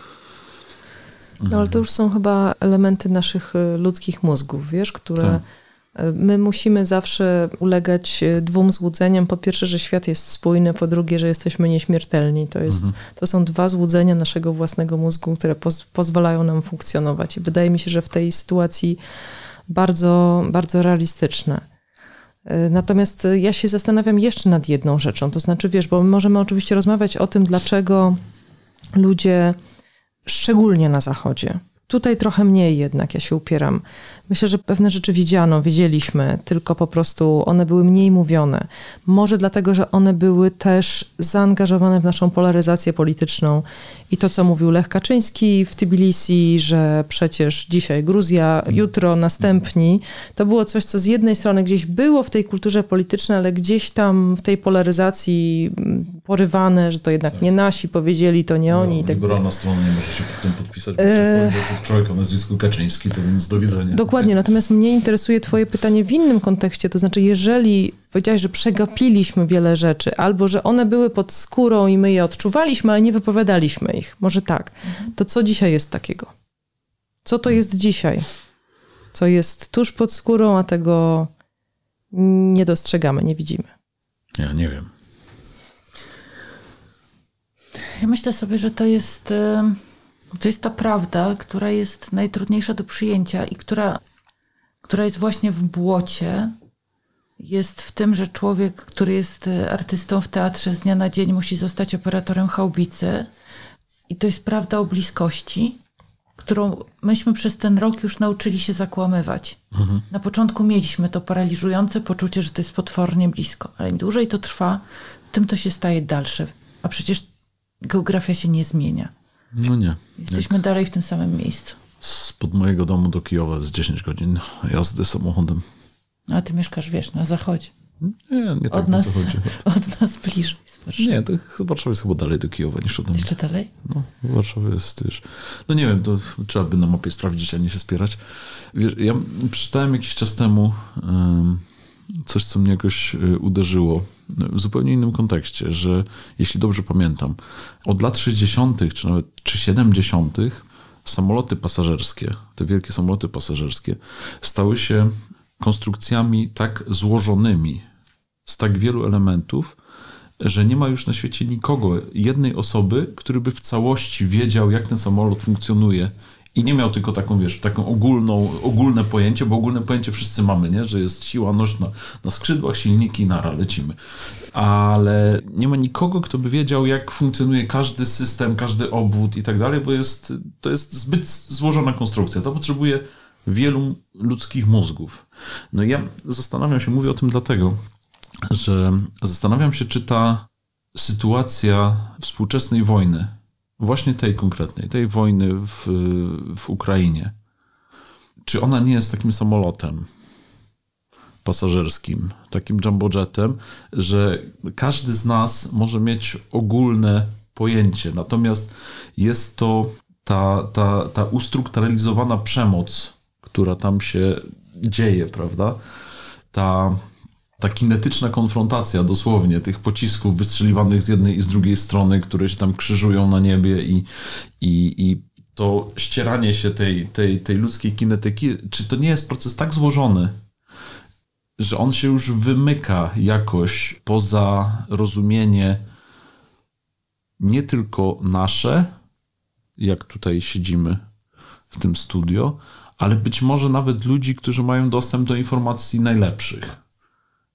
No ale to już są chyba elementy naszych ludzkich mózgów, wiesz, które... Tak. My musimy zawsze ulegać dwóm złudzeniom. Po pierwsze, że świat jest spójny, po drugie, że jesteśmy nieśmiertelni. To, jest, mhm. to są dwa złudzenia naszego własnego mózgu, które poz, pozwalają nam funkcjonować. I wydaje mi się, że w tej sytuacji bardzo, bardzo realistyczne. Natomiast ja się zastanawiam jeszcze nad jedną rzeczą. To znaczy, wiesz, bo my możemy oczywiście rozmawiać o tym, dlaczego ludzie, szczególnie na Zachodzie, tutaj trochę mniej jednak, ja się upieram. Myślę, że pewne rzeczy widziano, wiedzieliśmy, tylko po prostu one były mniej mówione. Może dlatego, że one były też zaangażowane w naszą polaryzację polityczną i to, co mówił Lech Kaczyński w Tbilisi, że przecież dzisiaj Gruzja, jutro następni, to było coś, co z jednej strony gdzieś było w tej kulturze politycznej, ale gdzieś tam w tej polaryzacji porywane, że to jednak tak. nie nasi powiedzieli, to nie no, oni. Liberalna strona nie może się pod tym podpisać, bo e... to człowiek o nazwisku Kaczyński, to więc do widzenia. Dokładnie. Natomiast mnie interesuje twoje pytanie w innym kontekście, to znaczy jeżeli powiedziałeś, że przegapiliśmy wiele rzeczy, albo że one były pod skórą i my je odczuwaliśmy, ale nie wypowiadaliśmy ich, może tak, to co dzisiaj jest takiego? Co to jest dzisiaj? Co jest tuż pod skórą, a tego nie dostrzegamy, nie widzimy? Ja nie wiem. Ja myślę sobie, że to jest... To jest ta prawda, która jest najtrudniejsza do przyjęcia i która, która jest właśnie w błocie. Jest w tym, że człowiek, który jest artystą w teatrze z dnia na dzień musi zostać operatorem haubicy. I to jest prawda o bliskości, którą myśmy przez ten rok już nauczyli się zakłamywać. Mhm. Na początku mieliśmy to paraliżujące poczucie, że to jest potwornie blisko. Ale im dłużej to trwa, tym to się staje dalsze. A przecież geografia się nie zmienia. No nie. Jesteśmy Jak dalej w tym samym miejscu. Spod mojego domu do Kijowa jest dziesięć godzin jazdy samochodem. A ty mieszkasz, wiesz, na zachodzie. Nie, nie tak od na nas, zachodzie. Od nas bliżej. Nie, to Warszawa jest chyba dalej do Kijowa niż ode mnie. Jeszcze dalej? No, Warszawa jest, wiesz... No nie wiem, to trzeba by na mapie sprawdzić, a nie się spierać. Wiesz, ja przeczytałem jakiś czas temu um, coś, co mnie jakoś uderzyło w zupełnie innym kontekście, że jeśli dobrze pamiętam, od lat sześćdziesiątych czy nawet czy siedemdziesiątych samoloty pasażerskie, te wielkie samoloty pasażerskie stały się konstrukcjami tak złożonymi z tak wielu elementów, że nie ma już na świecie nikogo, jednej osoby, który by w całości wiedział, jak ten samolot funkcjonuje i nie miał tylko taką, wiesz, taką ogólną, ogólne pojęcie, bo ogólne pojęcie wszyscy mamy, nie? Że jest siła nośna na skrzydłach, silniki, nara, lecimy. Ale nie ma nikogo, kto by wiedział, jak funkcjonuje każdy system, każdy obwód i tak dalej, bo jest, to jest zbyt złożona konstrukcja. To potrzebuje wielu ludzkich mózgów. No i ja zastanawiam się, mówię o tym dlatego, że zastanawiam się, czy ta sytuacja współczesnej wojny, właśnie tej konkretnej, tej wojny w, w Ukrainie, czy ona nie jest takim samolotem pasażerskim, takim jumbojetem, że każdy z nas może mieć ogólne pojęcie, natomiast jest to ta, ta, ta ustrukturalizowana przemoc, która tam się dzieje, prawda? Ta Ta kinetyczna konfrontacja dosłownie tych pocisków wystrzeliwanych z jednej i z drugiej strony, które się tam krzyżują na niebie i, i, i to ścieranie się tej, tej, tej ludzkiej kinetyki, czy to nie jest proces tak złożony, że on się już wymyka jakoś poza rozumienie nie tylko nasze, jak tutaj siedzimy w tym studio, ale być może nawet ludzi, którzy mają dostęp do informacji najlepszych.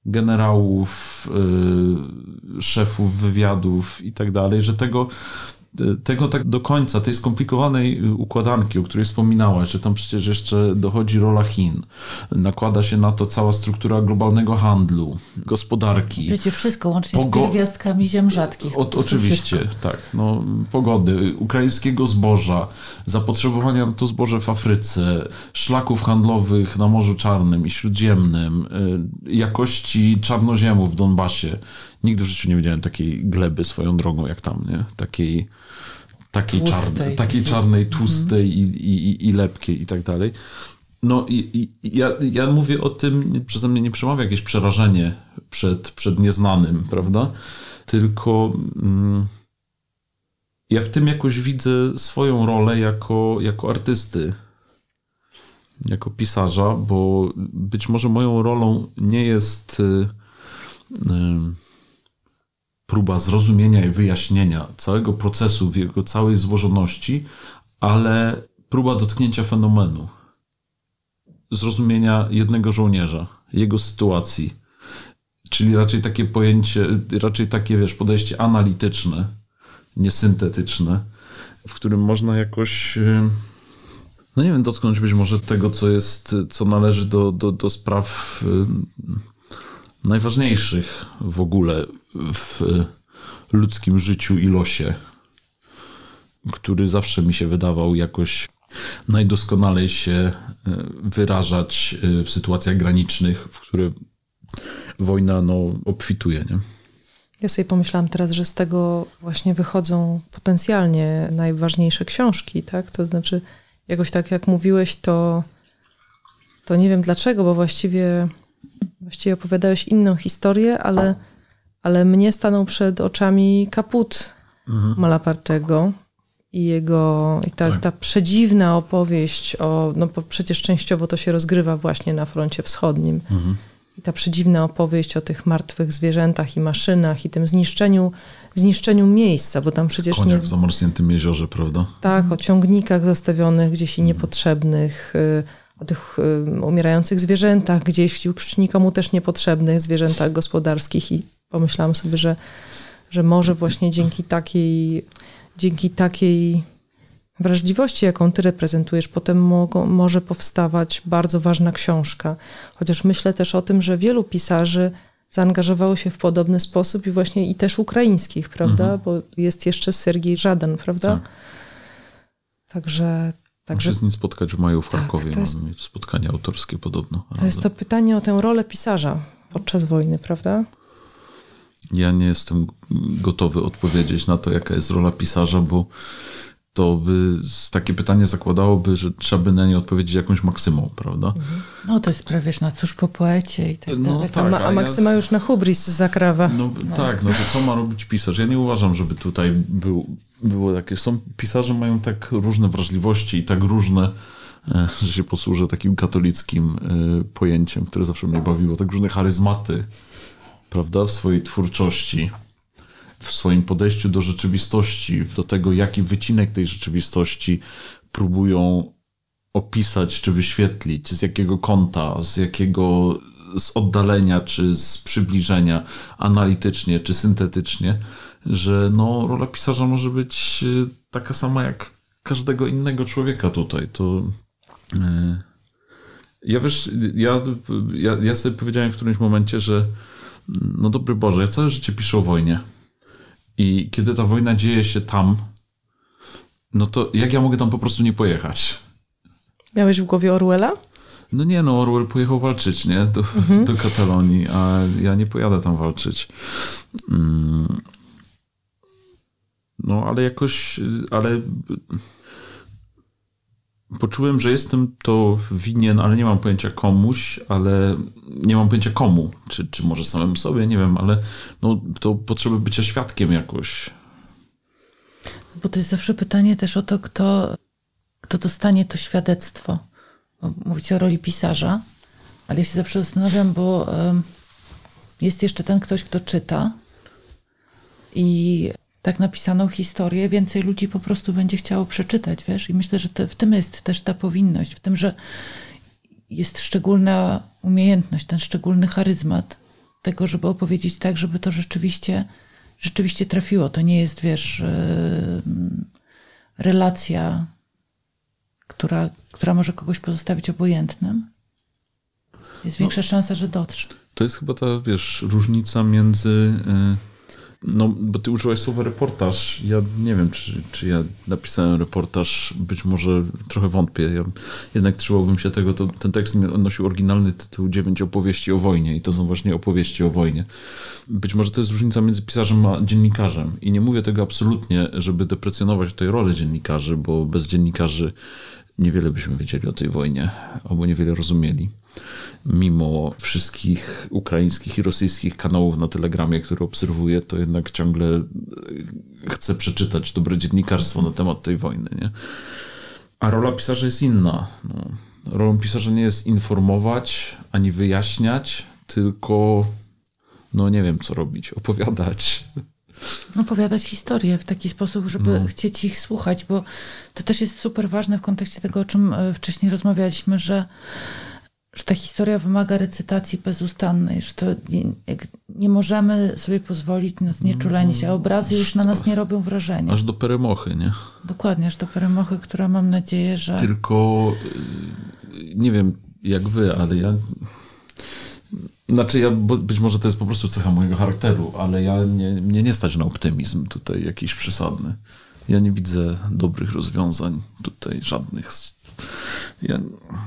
Generałów, yy, szefów wywiadów i tak dalej, że tego tego tak do końca, tej skomplikowanej układanki, o której wspominałaś, że tam przecież jeszcze dochodzi rola Chin. Nakłada się na to cała struktura globalnego handlu, gospodarki. Wiecie, wszystko łącznie Pogo- z pierwiastkami ziem rzadkich. O, oczywiście, wszystko. Tak. No, pogody, ukraińskiego zboża, zapotrzebowania na to zboże w Afryce, szlaków handlowych na Morzu Czarnym i Śródziemnym, jakości czarnoziemu w Donbasie. Nigdy w życiu nie widziałem takiej gleby swoją drogą jak tam, nie? Takiej, takiej, tłustej, czarnej, takiej czarnej, tłustej mm. i, i, i lepkiej i tak dalej. No i, i ja, ja mówię o tym, przeze mnie nie przemawia jakieś przerażenie przed, przed nieznanym, prawda? Tylko mm, ja w tym jakoś widzę swoją rolę jako, jako artysty, jako pisarza, bo być może moją rolą nie jest... Y, y, próba zrozumienia i wyjaśnienia całego procesu w jego całej złożoności, ale próba dotknięcia fenomenu. Zrozumienia jednego żołnierza, jego sytuacji. Czyli raczej takie pojęcie, raczej takie, wiesz, podejście analityczne, niesyntetyczne, w którym można jakoś, no nie wiem, dotknąć być może tego, co jest, co należy do, do, do spraw najważniejszych w ogóle w ludzkim życiu i losie, który zawsze mi się wydawał jakoś najdoskonalej się wyrażać w sytuacjach granicznych, w które wojna no, obfituje. Nie? Ja sobie pomyślałam teraz, że z tego właśnie wychodzą potencjalnie najważniejsze książki, tak? To znaczy, jakoś tak jak mówiłeś, to, to nie wiem dlaczego, bo właściwie, właściwie opowiadałeś inną historię, ale, ale mnie stanął przed oczami Kaput mhm. Malapartego i jego i ta, tak. ta przedziwna opowieść o, no bo przecież częściowo to się rozgrywa właśnie na froncie wschodnim. Mhm. I ta przedziwna opowieść o tych martwych zwierzętach i maszynach i tym zniszczeniu, zniszczeniu miejsca, bo tam przecież Koniak nie... w zamarzniętym jeziorze, prawda? Tak, o ciągnikach zostawionych gdzieś i niepotrzebnych, o tych umierających zwierzętach gdzieś już nikomu też niepotrzebnych zwierzętach gospodarskich i pomyślałam sobie, że, że może właśnie dzięki takiej, dzięki takiej wrażliwości, jaką ty reprezentujesz, potem mogą, może powstawać bardzo ważna książka. Chociaż myślę też o tym, że wielu pisarzy zaangażowało się w podobny sposób i właśnie i też ukraińskich, prawda? Mhm. Bo jest jeszcze Sergiej Żadan, prawda? Tak. Także... Także muszę z nim spotkać w maju w Charkowie. Tak, jest, mam mieć spotkanie autorskie podobno. To jest to pytanie o tę rolę pisarza podczas wojny, prawda? Ja nie jestem gotowy odpowiedzieć na to, jaka jest rola pisarza, bo to by takie pytanie zakładałoby, że trzeba by na nie odpowiedzieć jakąś maksymą, prawda? Mhm. No to jest prawie, na cóż po poecie i tak no, dalej. Tak, a, ma, a maksyma ja... już na hubris zakrawa. No, no tak, no to co ma robić pisarz? Ja nie uważam, żeby tutaj był, było takie... Są, pisarze mają tak różne wrażliwości i tak różne, że się posłużę takim katolickim pojęciem, które zawsze mnie bawiło, tak różne charyzmaty, prawda, w swojej twórczości, w swoim podejściu do rzeczywistości, do tego, jaki wycinek tej rzeczywistości próbują opisać czy wyświetlić, z jakiego kąta, z jakiego z oddalenia, czy z przybliżenia, analitycznie, czy syntetycznie, że no, rola pisarza może być taka sama jak każdego innego człowieka tutaj. To yy... ja wiesz, ja, ja, ja sobie powiedziałem w którymś momencie, że no dobry Boże, ja całe życie piszę o wojnie. I kiedy ta wojna dzieje się tam, no to jak ja mogę tam po prostu nie pojechać? Miałeś w głowie Orwella? No nie, no Orwell pojechał walczyć, nie? Do, mhm. do Katalonii, a ja nie pojadę tam walczyć. Mm. No ale jakoś, ale poczułem, że jestem to winien, ale nie mam pojęcia komuś, ale nie mam pojęcia komu, czy, czy może samemu sobie, nie wiem, ale no, to potrzeby bycia świadkiem jakoś. Bo to jest zawsze pytanie też o to, kto, kto dostanie to świadectwo. Mówicie o roli pisarza, ale ja się zawsze zastanawiam, bo um, jest jeszcze ten ktoś, kto czyta i tak napisaną historię więcej ludzi po prostu będzie chciało przeczytać, wiesz? I myślę, że to, w tym jest też ta powinność, w tym, że jest szczególna umiejętność, ten szczególny charyzmat tego, żeby opowiedzieć tak, żeby to rzeczywiście, rzeczywiście trafiło. To nie jest, wiesz, relacja, która, która może kogoś pozostawić obojętnym. Jest większa no, szansa, że dotrze. To jest chyba ta, wiesz, różnica między... No, bo ty użyłaś słowa reportaż. Ja nie wiem, czy, czy ja napisałem reportaż. Być może trochę wątpię. Ja jednak trzymałbym się tego. To, ten tekst nosił oryginalny tytuł Dziewięć opowieści o wojnie i to są właśnie opowieści o wojnie. Być może to jest różnica między pisarzem a dziennikarzem. I nie mówię tego absolutnie, żeby deprecjonować tutaj rolę dziennikarzy, bo bez dziennikarzy niewiele byśmy wiedzieli o tej wojnie, albo niewiele rozumieli. Mimo wszystkich ukraińskich i rosyjskich kanałów na Telegramie, które obserwuję, to jednak ciągle chcę przeczytać dobre dziennikarstwo na temat tej wojny. Nie? A rola pisarza jest inna. No, rolą pisarza nie jest informować, ani wyjaśniać, tylko no nie wiem co robić, opowiadać. Opowiadać historię w taki sposób, żeby no. chcieć ich słuchać, bo to też jest super ważne w kontekście tego, o czym wcześniej rozmawialiśmy, że, że ta historia wymaga recytacji bezustannej, że to nie, nie możemy sobie pozwolić na znieczulenie się, a obrazy już na nas nie robią wrażenia. Aż do peremochy, nie? Dokładnie, aż do peremochy, która mam nadzieję, że... Tylko nie wiem jak wy, ale ja... Znaczy, ja, być może to jest po prostu cecha mojego charakteru, ale ja nie, mnie nie stać na optymizm tutaj jakiś przesadny. Ja nie widzę dobrych rozwiązań tutaj, żadnych. Ja...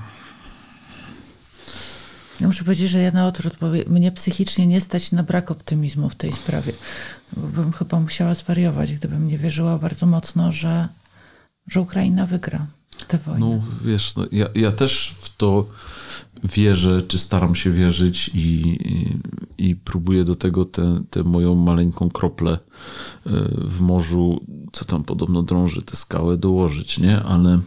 Ja muszę powiedzieć, że ja na odwrót, bo mnie psychicznie nie stać na brak optymizmu w tej sprawie. Bo bym chyba musiała zwariować, gdybym nie wierzyła bardzo mocno, że, że Ukraina wygra tę wojnę. No wiesz, no, ja, ja też w to wierzę, czy staram się wierzyć i, i, i próbuję do tego tę moją maleńką kroplę w morzu, co tam podobno drąży tę skałę, dołożyć, nie? Ale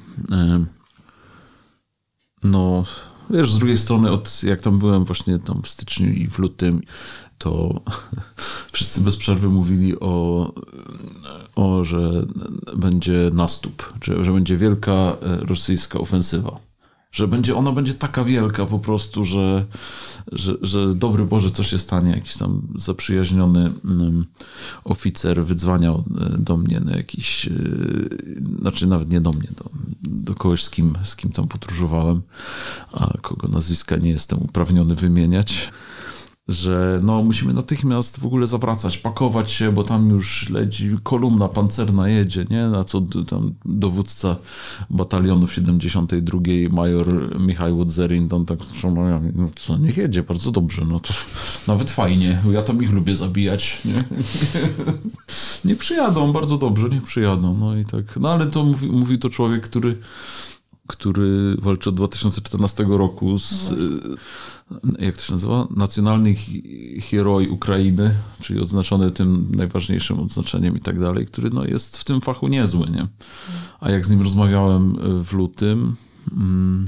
no wiesz, z drugiej strony od jak tam byłem właśnie tam w styczniu i w lutym, to wszyscy bez przerwy mówili o, o że będzie nastup, że, że będzie wielka rosyjska ofensywa. Że będzie, ona będzie taka wielka po prostu, że, że, że dobry Boże, co się stanie. Jakiś tam zaprzyjaźniony um, oficer wydzwaniał do mnie na jakiś, yy, znaczy nawet nie do mnie, do, do kogoś, z kim, z kim tam podróżowałem, a kogo nazwiska nie jestem uprawniony wymieniać, że no musimy natychmiast w ogóle zawracać, pakować się, bo tam już leci kolumna pancerna jedzie, nie? Na co tam dowódca batalionów siedemdziesiątej drugiej major Michał Dzerin, tam tak, no co, niech jedzie, bardzo dobrze, no to nawet fajnie, ja tam ich lubię zabijać, nie? Nie przyjadą, bardzo dobrze, niech przyjadą, no i tak, no ale to mówi, mówi to człowiek, który który walczy od dwa tysiące czternastego roku z, jak to się nazywa? Nacjonalny Heroj Ukrainy, czyli odznaczony tym najważniejszym odznaczeniem i tak dalej, który no, jest w tym fachu niezły, nie? A jak z nim rozmawiałem w lutym, hmm,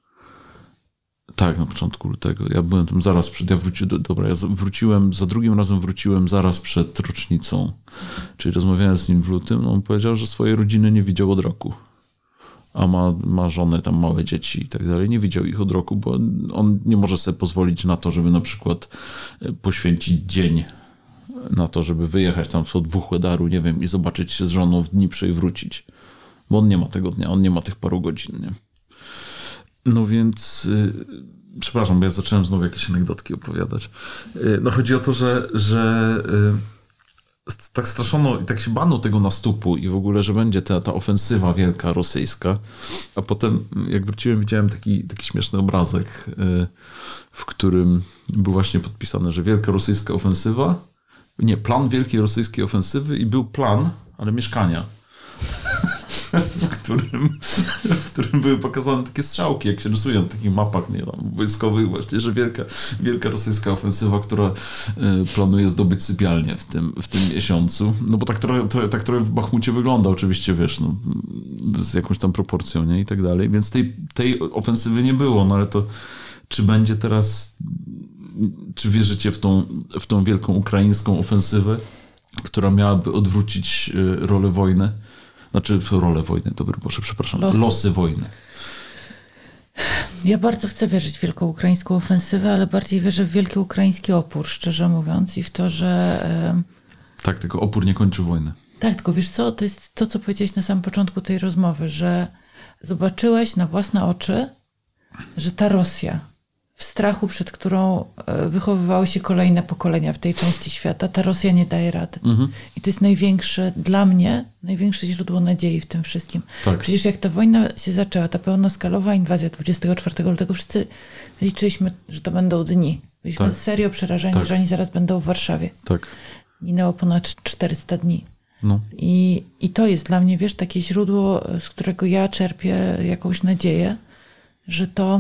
tak, na początku lutego, ja byłem tam zaraz przed, ja wróciłem, do, dobra, ja wróciłem, za drugim razem wróciłem zaraz przed rocznicą, czyli rozmawiałem z nim w lutym, no on powiedział, że swojej rodziny nie widział od roku. A ma, ma żonę, tam małe dzieci i tak dalej. Nie widział ich od roku, bo on nie może sobie pozwolić na to, żeby na przykład poświęcić dzień na to, żeby wyjechać tam po dwóch Łedaru, nie wiem, i zobaczyć się z żoną w Dniprze i wrócić. Bo on nie ma tego dnia, on nie ma tych paru godzin, nie? No więc... Yy, przepraszam, bo ja zacząłem znowu jakieś anegdotki opowiadać. Yy, no chodzi o to, że... że yy, tak straszono i tak się bano tego nastupu i w ogóle, że będzie ta, ta ofensywa wielka rosyjska, a potem jak wróciłem, widziałem taki, taki śmieszny obrazek, w którym był właśnie podpisane, że wielka rosyjska ofensywa, nie, plan wielkiej rosyjskiej ofensywy i był plan, ale mieszkania. W którym, w którym były pokazane takie strzałki, jak się rysuje na takich mapach, nie wiem, wojskowych właśnie, że wielka, wielka rosyjska ofensywa, która planuje zdobyć sypialnię w tym, w tym miesiącu. No bo tak trochę, trochę, tak trochę w Bachmucie wygląda oczywiście, wiesz, no, z jakąś tam proporcją, nie? I tak dalej. Więc tej, tej ofensywy nie było, no ale to czy będzie teraz, czy wierzycie w tą, w tą wielką ukraińską ofensywę, która miałaby odwrócić rolę wojny? Znaczy rolę wojny, dobry Boże, przepraszam, losy, losy wojny. Ja bardzo chcę wierzyć w wielką ukraińską ofensywę, ale bardziej wierzę w wielki ukraiński opór, szczerze mówiąc, i w to, że... Tak, tylko opór nie kończy wojny. Tak, tylko wiesz co, to jest to, co powiedziałeś na samym początku tej rozmowy, że zobaczyłeś na własne oczy, że ta Rosja, w strachu, przed którą wychowywały się kolejne pokolenia w tej części świata, ta Rosja nie daje rady. Mhm. I to jest największe, dla mnie, największe źródło nadziei w tym wszystkim. Tak. Przecież jak ta wojna się zaczęła, ta pełnoskalowa inwazja dwudziestego czwartego lutego, wszyscy liczyliśmy, że to będą dni. Byliśmy tak. serio przerażeni, tak. że oni zaraz będą w Warszawie. Tak. Minęło ponad czterysta dni. No. I, I to jest dla mnie, wiesz, takie źródło, z którego ja czerpię jakąś nadzieję, że to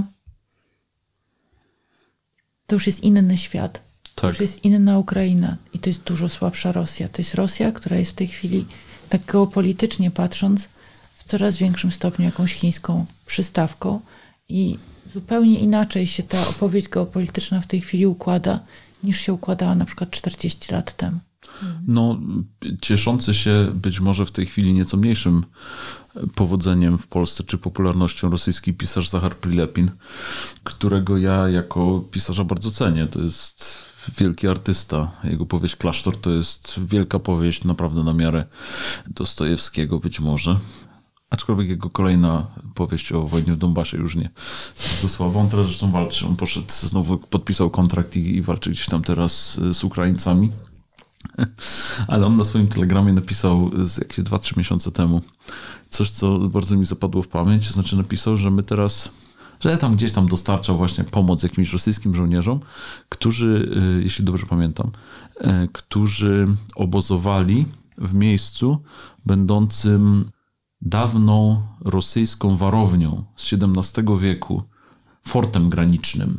to już jest inny świat. Tak. To już jest inna Ukraina. I to jest dużo słabsza Rosja. To jest Rosja, która jest w tej chwili, tak geopolitycznie patrząc, w coraz większym stopniu jakąś chińską przystawką. I zupełnie inaczej się ta opowieść geopolityczna w tej chwili układa, niż się układała na przykład czterdzieści lat temu. No, cieszący się być może w tej chwili nieco mniejszym powodzeniem w Polsce, czy popularnością rosyjski pisarz Zachar Prilepin, którego ja jako pisarza bardzo cenię. To jest wielki artysta. Jego powieść Klasztor to jest wielka powieść, naprawdę na miarę Dostojewskiego być może. Aczkolwiek jego kolejna powieść o wojnie w Donbasie już nie jest bardzo słaba. On teraz zresztą walczy. On poszedł, znowu podpisał kontrakt i, i walczy gdzieś tam teraz z Ukraińcami. Ale on na swoim telegramie napisał jakieś dwa trzy miesiące temu coś, co bardzo mi zapadło w pamięć. To znaczy napisał, że my teraz, że tam gdzieś tam dostarczał właśnie pomoc jakimś rosyjskim żołnierzom, którzy, jeśli dobrze pamiętam, którzy obozowali w miejscu będącym dawną rosyjską warownią z siedemnastego wieku, fortem granicznym.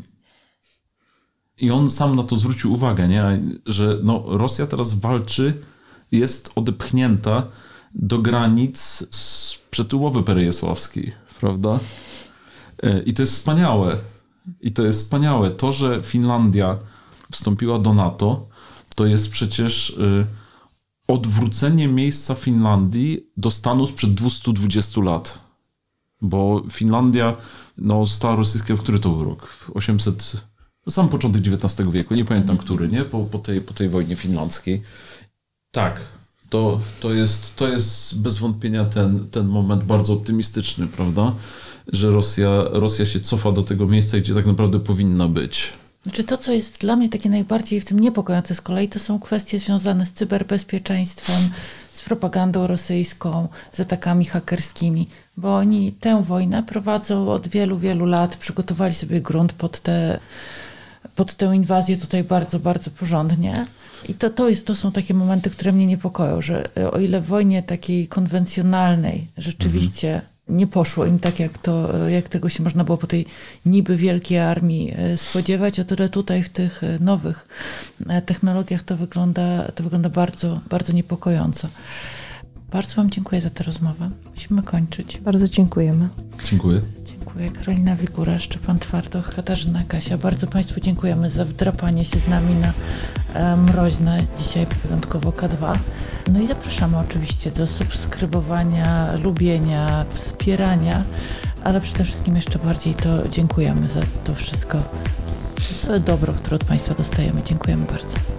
I on sam na to zwrócił uwagę, nie? Że no, Rosja teraz walczy, jest odepchnięta do granic sprzed umowy perejasławskiej, prawda? I to jest wspaniałe. I to jest wspaniałe. To, że Finlandia wstąpiła do NATO, to jest przecież odwrócenie miejsca Finlandii do stanu sprzed dwieście dwadzieścia lat. Bo Finlandia no, została rosyjska, w który to był rok? osiemset... Sam początek dziewiętnastego wieku, nie pamiętam który, nie? Po, po, tej, po tej wojnie finlandzkiej. Tak, to, to, jest, to jest bez wątpienia ten, ten moment bardzo optymistyczny, prawda? Że Rosja, Rosja się cofa do tego miejsca, gdzie tak naprawdę powinna być. Znaczy to, co jest dla mnie takie najbardziej w tym niepokojące z kolei, to są kwestie związane z cyberbezpieczeństwem, z propagandą rosyjską, z atakami hakerskimi, bo oni tę wojnę prowadzą od wielu, wielu lat, przygotowali sobie grunt pod te pod tę inwazję tutaj bardzo, bardzo porządnie. I to, to, jest, to są takie momenty, które mnie niepokoją, że o ile w wojnie takiej konwencjonalnej rzeczywiście mhm. nie poszło im tak, jak, to, jak tego się można było po tej niby wielkiej armii spodziewać, o tyle tutaj w tych nowych technologiach to wygląda, to wygląda bardzo, bardzo niepokojąco. Bardzo wam dziękuję za tę rozmowę. Musimy kończyć. Bardzo dziękujemy. Dziękuję. Dziękuję. Karolina Wigura, Szczepan Twardoch, Katarzyna Kasia. Bardzo państwu dziękujemy za wdrapanie się z nami na e, mroźne, dzisiaj wyjątkowo K dwa. No i zapraszamy oczywiście do subskrybowania, lubienia, wspierania, ale przede wszystkim jeszcze bardziej to dziękujemy za to wszystko, za całe dobro, które od państwa dostajemy. Dziękujemy bardzo.